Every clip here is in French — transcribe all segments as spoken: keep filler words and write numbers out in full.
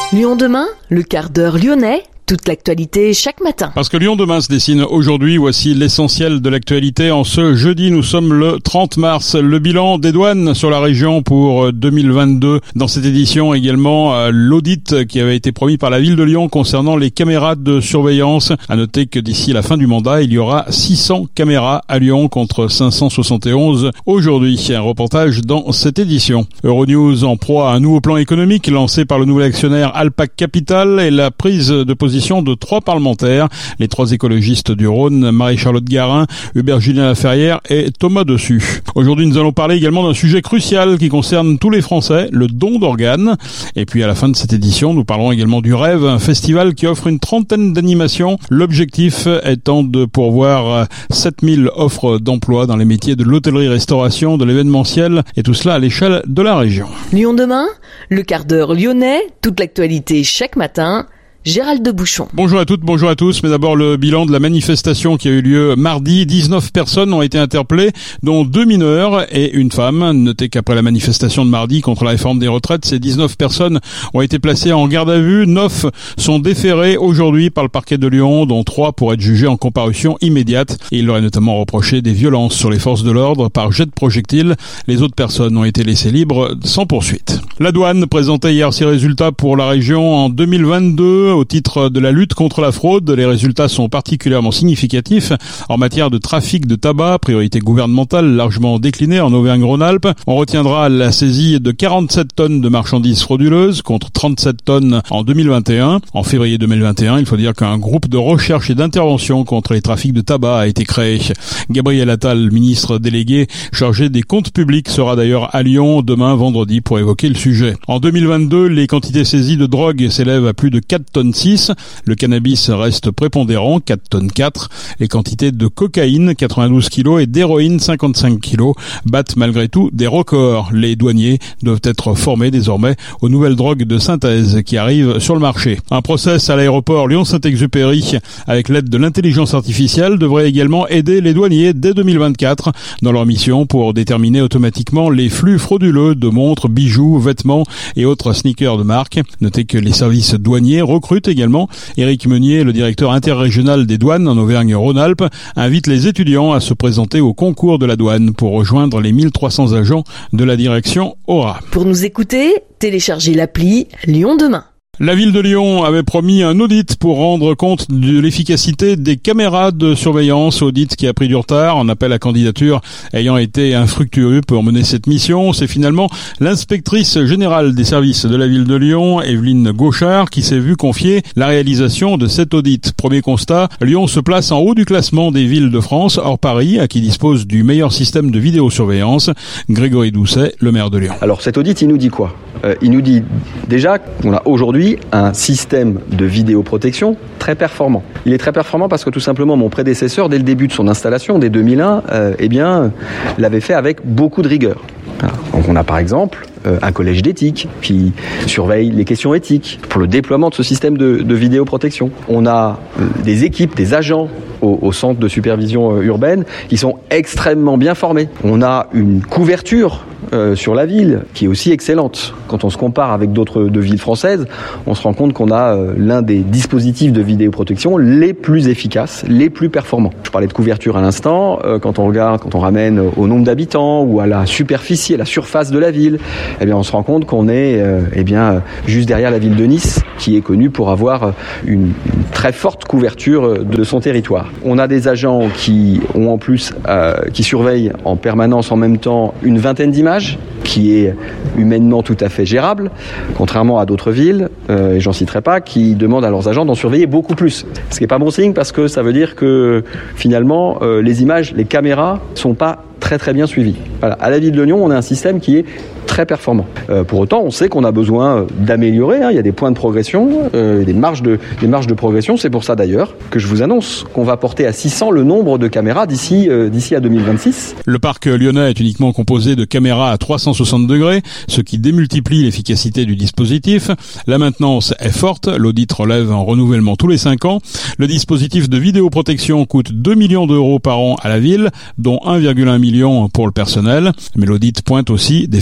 Lyon demain, le quart d'heure lyonnais. Toute l'actualité chaque matin. Parce que Lyon demain se dessine aujourd'hui, voici l'essentiel de l'actualité. En ce jeudi, nous sommes le trente mars. Le bilan des douanes sur la région pour deux mille vingt-deux. Dans cette édition également, l'audit qui avait été promis par la ville de Lyon concernant les caméras de surveillance. À noter que d'ici la fin du mandat, il y aura six cents caméras à Lyon contre cinq cent soixante et onze aujourd'hui. Un reportage dans cette édition. Euronews en proie à un nouveau plan économique lancé par le nouvel actionnaire Alpac Capital et la prise de position de trois parlementaires, les trois écologistes du Rhône, Marie-Charlotte Garin, Hubert-Julien Laferrière et Thomas Dessus. Aujourd'hui, nous allons parler également d'un sujet crucial qui concerne tous les Français, le don d'organes. Et puis à la fin de cette édition, nous parlerons également du Rêve, un festival qui offre une trentaine d'animations. L'objectif étant de pourvoir sept mille offres d'emploi dans les métiers de l'hôtellerie-restauration, de l'événementiel, et tout cela à l'échelle de la région. Lyon demain, le quart d'heure lyonnais, toute l'actualité chaque matin. Gérald de Bouchon. Bonjour à toutes, bonjour à tous. Mais d'abord le bilan de la manifestation qui a eu lieu mardi. dix-neuf personnes ont été interpellées, dont deux mineurs et une femme. Notez qu'après la manifestation de mardi contre la réforme des retraites, ces dix-neuf personnes ont été placées en garde à vue. neuf sont déférées aujourd'hui par le parquet de Lyon, dont trois pour être jugés en comparution immédiate. Et il leur est notamment reproché des violences sur les forces de l'ordre par jet de projectiles. Les autres personnes ont été laissées libres sans poursuite. La douane présentait hier ses résultats pour la région en deux mille vingt-deux. Au titre de la lutte contre la fraude, les résultats sont particulièrement significatifs en matière de trafic de tabac, priorité gouvernementale largement déclinée en Auvergne-Rhône-Alpes. On retiendra la saisie de quarante-sept tonnes de marchandises frauduleuses contre trente-sept tonnes en deux mille vingt et un. En février deux mille vingt et un, il faut dire qu'un groupe de recherche et d'intervention contre les trafics de tabac a été créé. Gabriel Attal, ministre délégué chargé des comptes publics, sera d'ailleurs à Lyon demain vendredi pour évoquer le sujet. En deux mille vingt-deux, les quantités saisies de drogue s'élèvent à plus de quatre tonnes six. Le cannabis reste prépondérant, quatre tonnes quatre. Les quantités de cocaïne, quatre-vingt-douze kilos, et d'héroïne, cinquante-cinq kilos, battent malgré tout des records. Les douaniers doivent être formés désormais aux nouvelles drogues de synthèse qui arrivent sur le marché. Un process à l'aéroport Lyon-Saint-Exupéry avec l'aide de l'intelligence artificielle devrait également aider les douaniers dès deux mille vingt-quatre dans leur mission pour déterminer automatiquement les flux frauduleux de montres, bijoux, vêtements et autres sneakers de marque. Notez que les services douaniers recrutent également. Éric Meunier, le directeur interrégional des douanes en Auvergne-Rhône-Alpes, invite les étudiants à se présenter au concours de la douane pour rejoindre les mille trois cents agents de la direction Aura. Pour nous écouter, téléchargez l'appli Lyon demain. La ville de Lyon avait promis un audit pour rendre compte de l'efficacité des caméras de surveillance, audit qui a pris du retard. En appel à candidature ayant été infructueux pour mener cette mission, c'est finalement l'inspectrice générale des services de la ville de Lyon, Evelyne Gauchard, qui s'est vue confier la réalisation de cet audit. Premier constat, Lyon se place en haut du classement des villes de France, hors Paris, à qui dispose du meilleur système de vidéosurveillance. Grégory Doucet, le maire de Lyon. Alors cet audit, il nous dit quoi ? euh, Il nous dit déjà qu'on a aujourd'hui un système de vidéoprotection très performant. Il est très performant parce que tout simplement mon prédécesseur, dès le début de son installation, dès deux mille un, euh, eh bien, l'avait fait avec beaucoup de rigueur. Donc on a par exemple euh, un collège d'éthique qui surveille les questions éthiques pour le déploiement de ce système de, de vidéoprotection. On a euh, des équipes, des agents au, au centre de supervision euh, urbaine qui sont extrêmement bien formés. On a une couverture Euh, sur la ville, qui est aussi excellente. Quand on se compare avec d'autres de villes françaises, on se rend compte qu'on a euh, l'un des dispositifs de vidéoprotection les plus efficaces, les plus performants. Je parlais de couverture à l'instant, euh, quand on regarde, quand on ramène au nombre d'habitants ou à la superficie, à la surface de la ville, eh bien on se rend compte qu'on est euh, eh bien, juste derrière la ville de Nice, qui est connue pour avoir une, une très forte couverture de son territoire. On a des agents qui ont en plus, euh, qui surveillent en permanence en même temps une vingtaine d'images, qui est humainement tout à fait gérable, contrairement à d'autres villes, euh, et j'en citerai pas, qui demandent à leurs agents d'en surveiller beaucoup plus. Ce qui n'est pas bon signe parce que ça veut dire que finalement euh, les images, les caméras sont pas très très bien suivies. Voilà. À la ville de Lyon, on a un système qui est très performant. Euh, pour autant, on sait qu'on a besoin d'améliorer. Hein. Il y a des points de progression, euh, des marges de, des marges de progression. C'est pour ça d'ailleurs que je vous annonce qu'on va porter à six cents le nombre de caméras d'ici, euh, d'ici à deux mille vingt-six. Le parc lyonnais est uniquement composé de caméras à trois cent soixante degrés, ce qui démultiplie l'efficacité du dispositif. La maintenance est forte. L'audit relève un renouvellement tous les cinq ans. Le dispositif de vidéoprotection coûte deux millions d'euros par an à la ville, dont un virgule un million pour le personnel. Mais l'audit pointe aussi des faiblesses.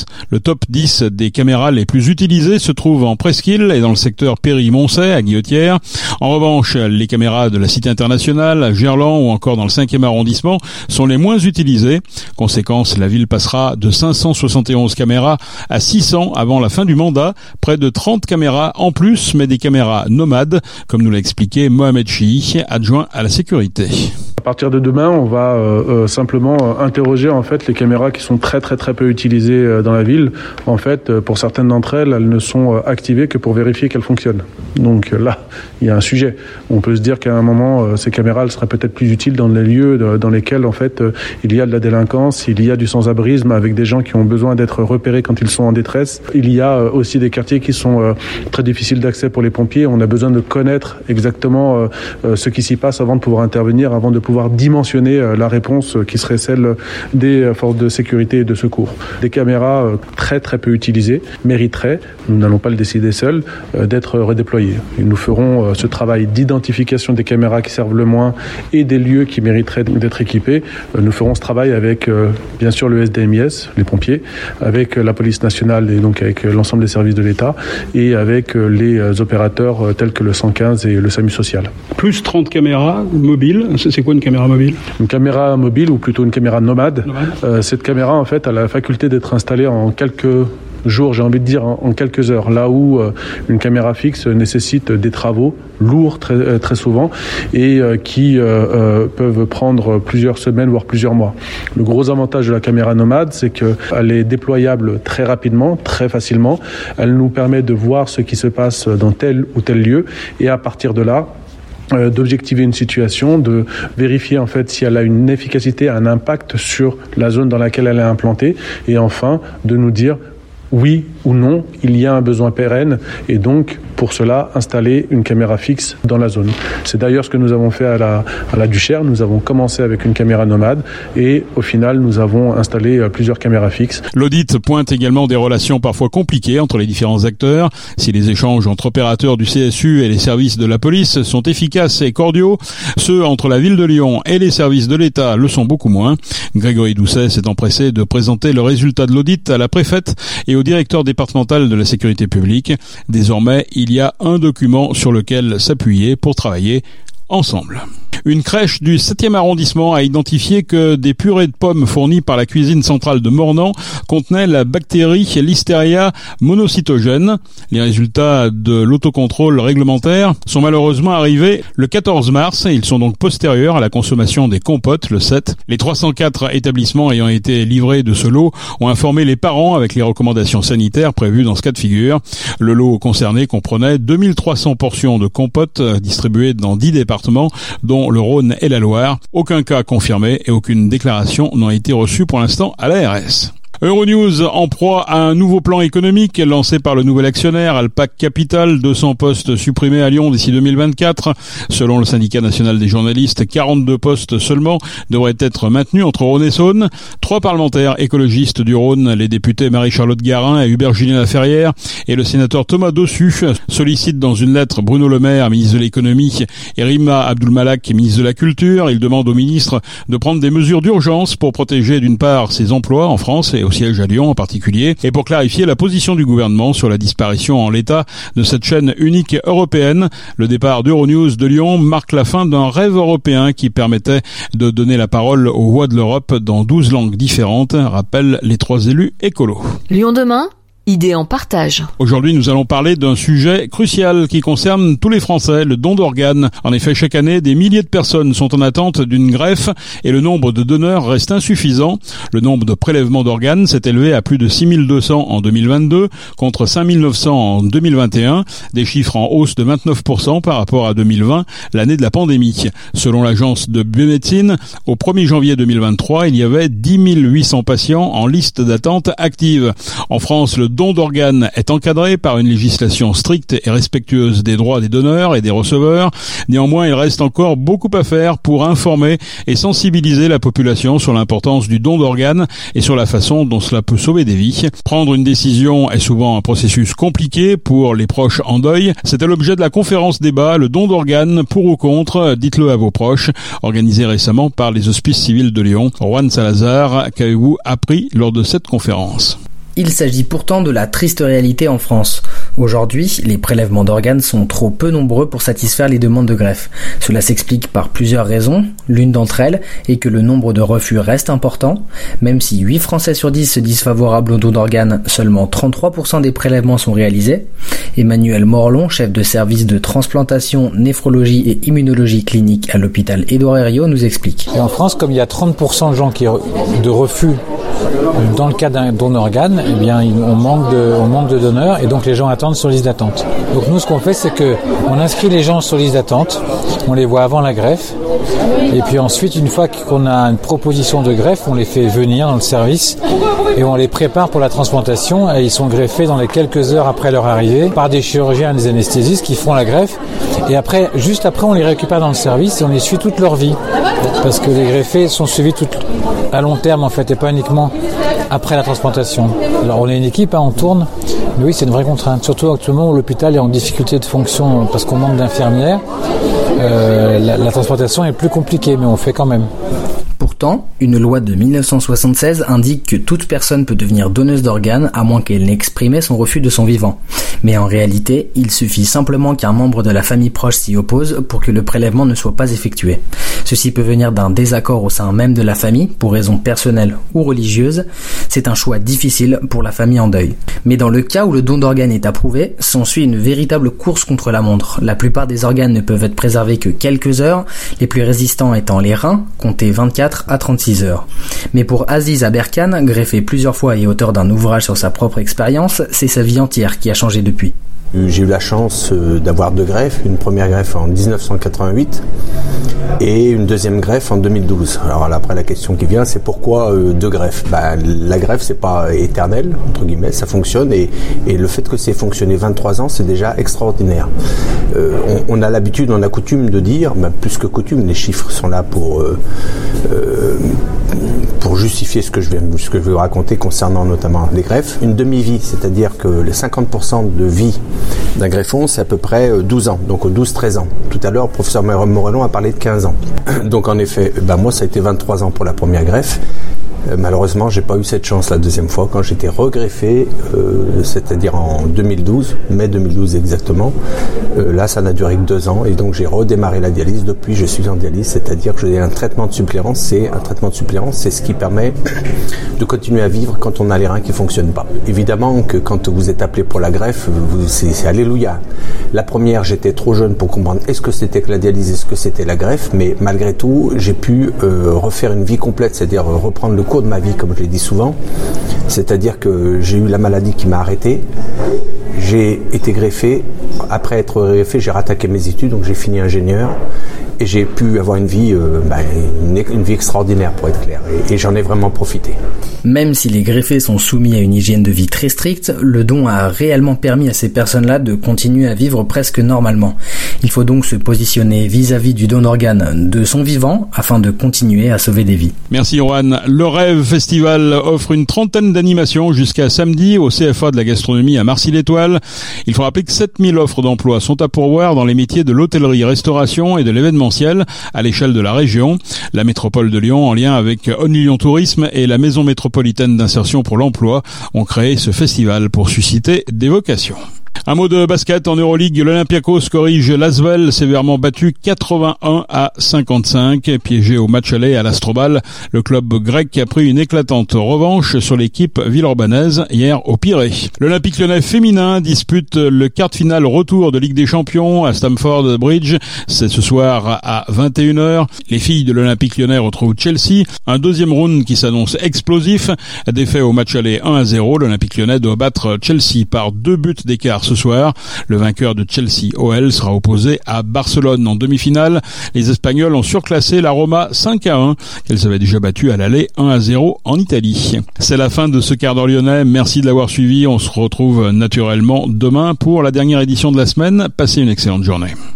place. Le top dix des caméras les plus utilisées se trouve en Presqu'île et dans le secteur Péry-Moncey à Guillotière. En revanche, les caméras de la Cité internationale, à Gerland ou encore dans le cinquième arrondissement sont les moins utilisées. Conséquence, la ville passera de cinq cent soixante et onze caméras à six cents avant la fin du mandat. Près de trente caméras en plus, mais des caméras nomades, comme nous l'a expliqué Mohamed Chi, adjoint à la sécurité. À partir de demain, on va euh, euh, simplement euh, interroger en fait les caméras qui sont très très très peu utilisées euh, dans la ville. En fait, euh, pour certaines d'entre elles, elles ne sont euh, activées que pour vérifier qu'elles fonctionnent. Donc euh, là, il y a un sujet. On peut se dire qu'à un moment, euh, ces caméras elles seraient peut-être plus utiles dans les lieux de, dans lesquels en fait euh, il y a de la délinquance, il y a du sans-abrisme avec des gens qui ont besoin d'être repérés quand ils sont en détresse. Il y a euh, aussi des quartiers qui sont euh, très difficiles d'accès pour les pompiers. On a besoin de connaître exactement euh, euh, ce qui s'y passe avant de pouvoir intervenir, avant de pouvoir dimensionner la réponse qui serait celle des forces de sécurité et de secours. Des caméras très très peu utilisées mériteraient, nous n'allons pas le décider seuls, d'être redéployées. Et nous ferons ce travail d'identification des caméras qui servent le moins et des lieux qui mériteraient d'être équipés. Nous ferons ce travail avec bien sûr le S D M I S, les pompiers, avec la police nationale et donc avec l'ensemble des services de l'État et avec les opérateurs tels que le cent quinze et le SAMU social. Plus trente caméras mobiles, c'est quoi une caméra mobile ? Une caméra mobile ou plutôt une caméra nomade. nomade. Euh, cette caméra en fait a la faculté d'être installée en quelques jours, j'ai envie de dire en, en quelques heures, là où euh, une caméra fixe nécessite des travaux lourds très, euh, très souvent et euh, qui euh, euh, peuvent prendre plusieurs semaines voire plusieurs mois. Le gros avantage de la caméra nomade, c'est qu'elle est déployable très rapidement, très facilement. Elle nous permet de voir ce qui se passe dans tel ou tel lieu et à partir de là, Euh, d'objectiver une situation, de vérifier en fait si elle a une efficacité, un impact sur la zone dans laquelle elle est implantée et enfin de nous dire oui ou non, il y a un besoin pérenne et donc pour cela installer une caméra fixe dans la zone. C'est d'ailleurs ce que nous avons fait à la, à la Duchère. Nous avons commencé avec une caméra nomade et au final nous avons installé plusieurs caméras fixes. L'audit pointe également des relations parfois compliquées entre les différents acteurs. Si les échanges entre opérateurs du C S U et les services de la police sont efficaces et cordiaux, ceux entre la ville de Lyon et les services de l'État le sont beaucoup moins. Grégory Doucet s'est empressé de présenter le résultat de l'audit à la préfète et au directeur départemental de la sécurité publique. Désormais, il y a un document sur lequel s'appuyer pour travailler ensemble. Une crèche du septième arrondissement a identifié que des purées de pommes fournies par la cuisine centrale de Mornan contenaient la bactérie Listeria monocytogène. Les résultats de l'autocontrôle réglementaire sont malheureusement arrivés le quatorze mars et ils sont donc postérieurs à la consommation des compotes le sept. Les trois cent quatre établissements ayant été livrés de ce lot ont informé les parents avec les recommandations sanitaires prévues dans ce cas de figure. Le lot concerné comprenait deux mille trois cents portions de compotes distribuées dans dix départements, dont le Rhône et la Loire. Aucun cas confirmé et aucune déclaration n'ont été reçues pour l'instant à l'A R S. Euronews en proie à un nouveau plan économique lancé par le nouvel actionnaire Alpac Capital, deux cents postes supprimés à Lyon d'ici deux mille vingt-quatre. Selon le syndicat national des journalistes, quarante-deux postes seulement devraient être maintenus entre Rhône et Saône. Trois parlementaires écologistes du Rhône, les députés Marie-Charlotte Garin et Hubert Julien Laferrière et le sénateur Thomas Dossu, sollicitent dans une lettre Bruno Le Maire, ministre de l'économie, et Rima Abdul-Malak, ministre de la culture. Ils demandent au ministre de prendre des mesures d'urgence pour protéger d'une part ses emplois en France et au siège à Lyon en particulier, et pour clarifier la position du gouvernement sur la disparition en l'état de cette chaîne unique européenne. Le départ d'Euronews de Lyon marque la fin d'un rêve européen qui permettait de donner la parole aux voix de l'Europe dans douze langues différentes, rappellent les trois élus écolos. Lyon demain, idées en partage. Aujourd'hui, nous allons parler d'un sujet crucial qui concerne tous les Français, le don d'organes. En effet, chaque année, des milliers de personnes sont en attente d'une greffe et le nombre de donneurs reste insuffisant. Le nombre de prélèvements d'organes s'est élevé à plus de six mille deux cents en deux mille vingt-deux contre cinq mille neuf cents en deux mille vingt et un, des chiffres en hausse de vingt-neuf pour cent par rapport à deux mille vingt, l'année de la pandémie. Selon l'agence de biomédecine, au premier janvier deux mille vingt-trois, il y avait dix mille huit cents patients en liste d'attente active. En France, le don d'organes est encadré par une législation stricte et respectueuse des droits des donneurs et des receveurs. Néanmoins, il reste encore beaucoup à faire pour informer et sensibiliser la population sur l'importance du don d'organes et sur la façon dont cela peut sauver des vies. Prendre une décision est souvent un processus compliqué pour les proches en deuil. C'était l'objet de la conférence débat, le don d'organes, pour ou contre, dites-le à vos proches, organisée récemment par les Hospices civils de Lyon. Juan Salazar, qu'avez-vous appris lors de cette conférence ? Il s'agit pourtant de la triste réalité en France. Aujourd'hui, les prélèvements d'organes sont trop peu nombreux pour satisfaire les demandes de greffe. Cela s'explique par plusieurs raisons. L'une d'entre elles est que le nombre de refus reste important. Même si huit Français sur dix se disent favorables au don d'organes, seulement trente-trois pour cent des prélèvements sont réalisés. Emmanuel Morlon, chef de service de transplantation, néphrologie et immunologie clinique à l'hôpital Édouard Herriot, nous explique. Et en France, comme il y a trente pour cent de gens qui de refus dans le cas d'un don d'organes, eh bien, on manque de, on manque de donneurs et donc les gens attendent sur liste d'attente. Donc nous, ce qu'on fait, c'est que on inscrit les gens sur liste d'attente, on les voit avant la greffe, et puis ensuite, une fois qu'on a une proposition de greffe, on les fait venir dans le service et on les prépare pour la transplantation et ils sont greffés dans les quelques heures après leur arrivée par des chirurgiens et des anesthésistes qui font la greffe. Et après, juste après, on les récupère dans le service et on les suit toute leur vie. Parce que les greffés sont suivis tout, à long terme, en fait, et pas uniquement après la transplantation. Alors, on est une équipe, hein, on tourne. Mais oui, c'est une vraie contrainte. Surtout actuellement où l'hôpital est en difficulté de fonction parce qu'on manque d'infirmières. Euh, la, la transplantation est plus compliquée, mais on fait quand même. Pourtant, une loi de dix-neuf cent soixante-seize indique que toute personne peut devenir donneuse d'organes à moins qu'elle n'ait exprimé son refus de son vivant. Mais en réalité, il suffit simplement qu'un membre de la famille proche s'y oppose pour que le prélèvement ne soit pas effectué. Ceci peut venir d'un désaccord au sein même de la famille, pour raisons personnelles ou religieuses. C'est un choix difficile pour la famille en deuil. Mais dans le cas où le don d'organes est approuvé, s'ensuit une véritable course contre la montre. La plupart des organes ne peuvent être préservés que quelques heures, les plus résistants étant les reins, comptés vingt-quatre à trente-six heures. Mais pour Aziz Aberkan, greffé plusieurs fois et auteur d'un ouvrage sur sa propre expérience, c'est sa vie entière qui a changé depuis. J'ai eu la chance d'avoir deux greffes, une première greffe en dix-neuf cent quatre-vingt-huit et une deuxième greffe en deux mille douze. Alors après la question qui vient, c'est pourquoi euh, deux greffes ? Bah, la greffe c'est pas éternel, entre guillemets, ça fonctionne et, et le fait que c'est fonctionné vingt-trois ans, c'est déjà extraordinaire. Euh, on, on a l'habitude, on a coutume de dire, bah, plus que coutume, les chiffres sont là pour euh, euh, pour justifier ce que je vais ce que je vais vous raconter concernant notamment les greffes. Une demi-vie, c'est-à-dire que les cinquante pour cent de vie d'un greffon, c'est à peu près douze ans, donc douze treize ans. Tout à l'heure, le professeur Morellon a parlé de quinze ans. Donc en effet, ben moi ça a été vingt-trois ans pour la première greffe. Euh, malheureusement, j'ai pas eu cette chance la deuxième fois quand j'étais regreffé, euh, c'est-à-dire en deux mille douze, mai deux mille douze exactement. Euh, là, ça n'a duré que deux ans et donc j'ai redémarré la dialyse. Depuis, je suis en dialyse, c'est-à-dire que j'ai un traitement de suppléance. C'est un traitement de suppléance, c'est ce qui permet de continuer à vivre quand on a les reins qui fonctionnent pas. Évidemment que quand vous êtes appelé pour la greffe, vous, c'est, c'est alléluia. La première, j'étais trop jeune pour comprendre est-ce que c'était que la dialyse, est-ce que c'était la greffe, mais malgré tout, j'ai pu euh, refaire une vie complète, c'est-à-dire euh, reprendre le cours de ma vie, comme je l'ai dit souvent. C'est-à-dire que j'ai eu la maladie qui m'a arrêté, j'ai été greffé, après être greffé, j'ai rattaqué mes études, donc j'ai fini ingénieur. Et j'ai pu avoir une vie, euh, bah, une, une vie extraordinaire pour être clair, et, et j'en ai vraiment profité. Même si les greffés sont soumis à une hygiène de vie très stricte, le don a réellement permis à ces personnes-là de continuer à vivre presque normalement. Il faut donc se positionner vis-à-vis du don d'organes de son vivant afin de continuer à sauver des vies. Merci Rohan. Le Rêve Festival offre une trentaine d'animations jusqu'à samedi au C F A de la gastronomie à Marcy-l'Étoile. Il faut rappeler que sept mille offres d'emploi sont à pourvoir dans les métiers de l'hôtellerie, restauration et de l'événementiel à l'échelle de la région. La métropole de Lyon, en lien avec Only Lyon Tourisme et la Maison métropolitaine d'insertion pour l'emploi, ont créé ce festival pour susciter des vocations. Un mot de basket en Euroleague, l'Olympiakos corrige l'Asvel, sévèrement battu quatre-vingt-un à cinquante-cinq. Piégé au match aller à l'Astrobal, le club grec a pris une éclatante revanche sur l'équipe villeurbannaise hier au Pirée. L'Olympique Lyonnais féminin dispute le quart de finale retour de Ligue des Champions à Stamford Bridge. C'est ce soir à vingt et une heures. Les filles de l'Olympique Lyonnais retrouvent Chelsea. Un deuxième round qui s'annonce explosif. Défait au match aller un à zéro, l'Olympique Lyonnais doit battre Chelsea par deux buts d'écart ce soir. Le vainqueur de Chelsea O L sera opposé à Barcelone en demi-finale. Les Espagnols ont surclassé la Roma cinq à un, qu'elles avaient déjà battu à l'aller un à zéro en Italie. C'est la fin de ce quart d'heure lyonnais. Merci de l'avoir suivi. On se retrouve naturellement demain pour la dernière édition de la semaine. Passez une excellente journée.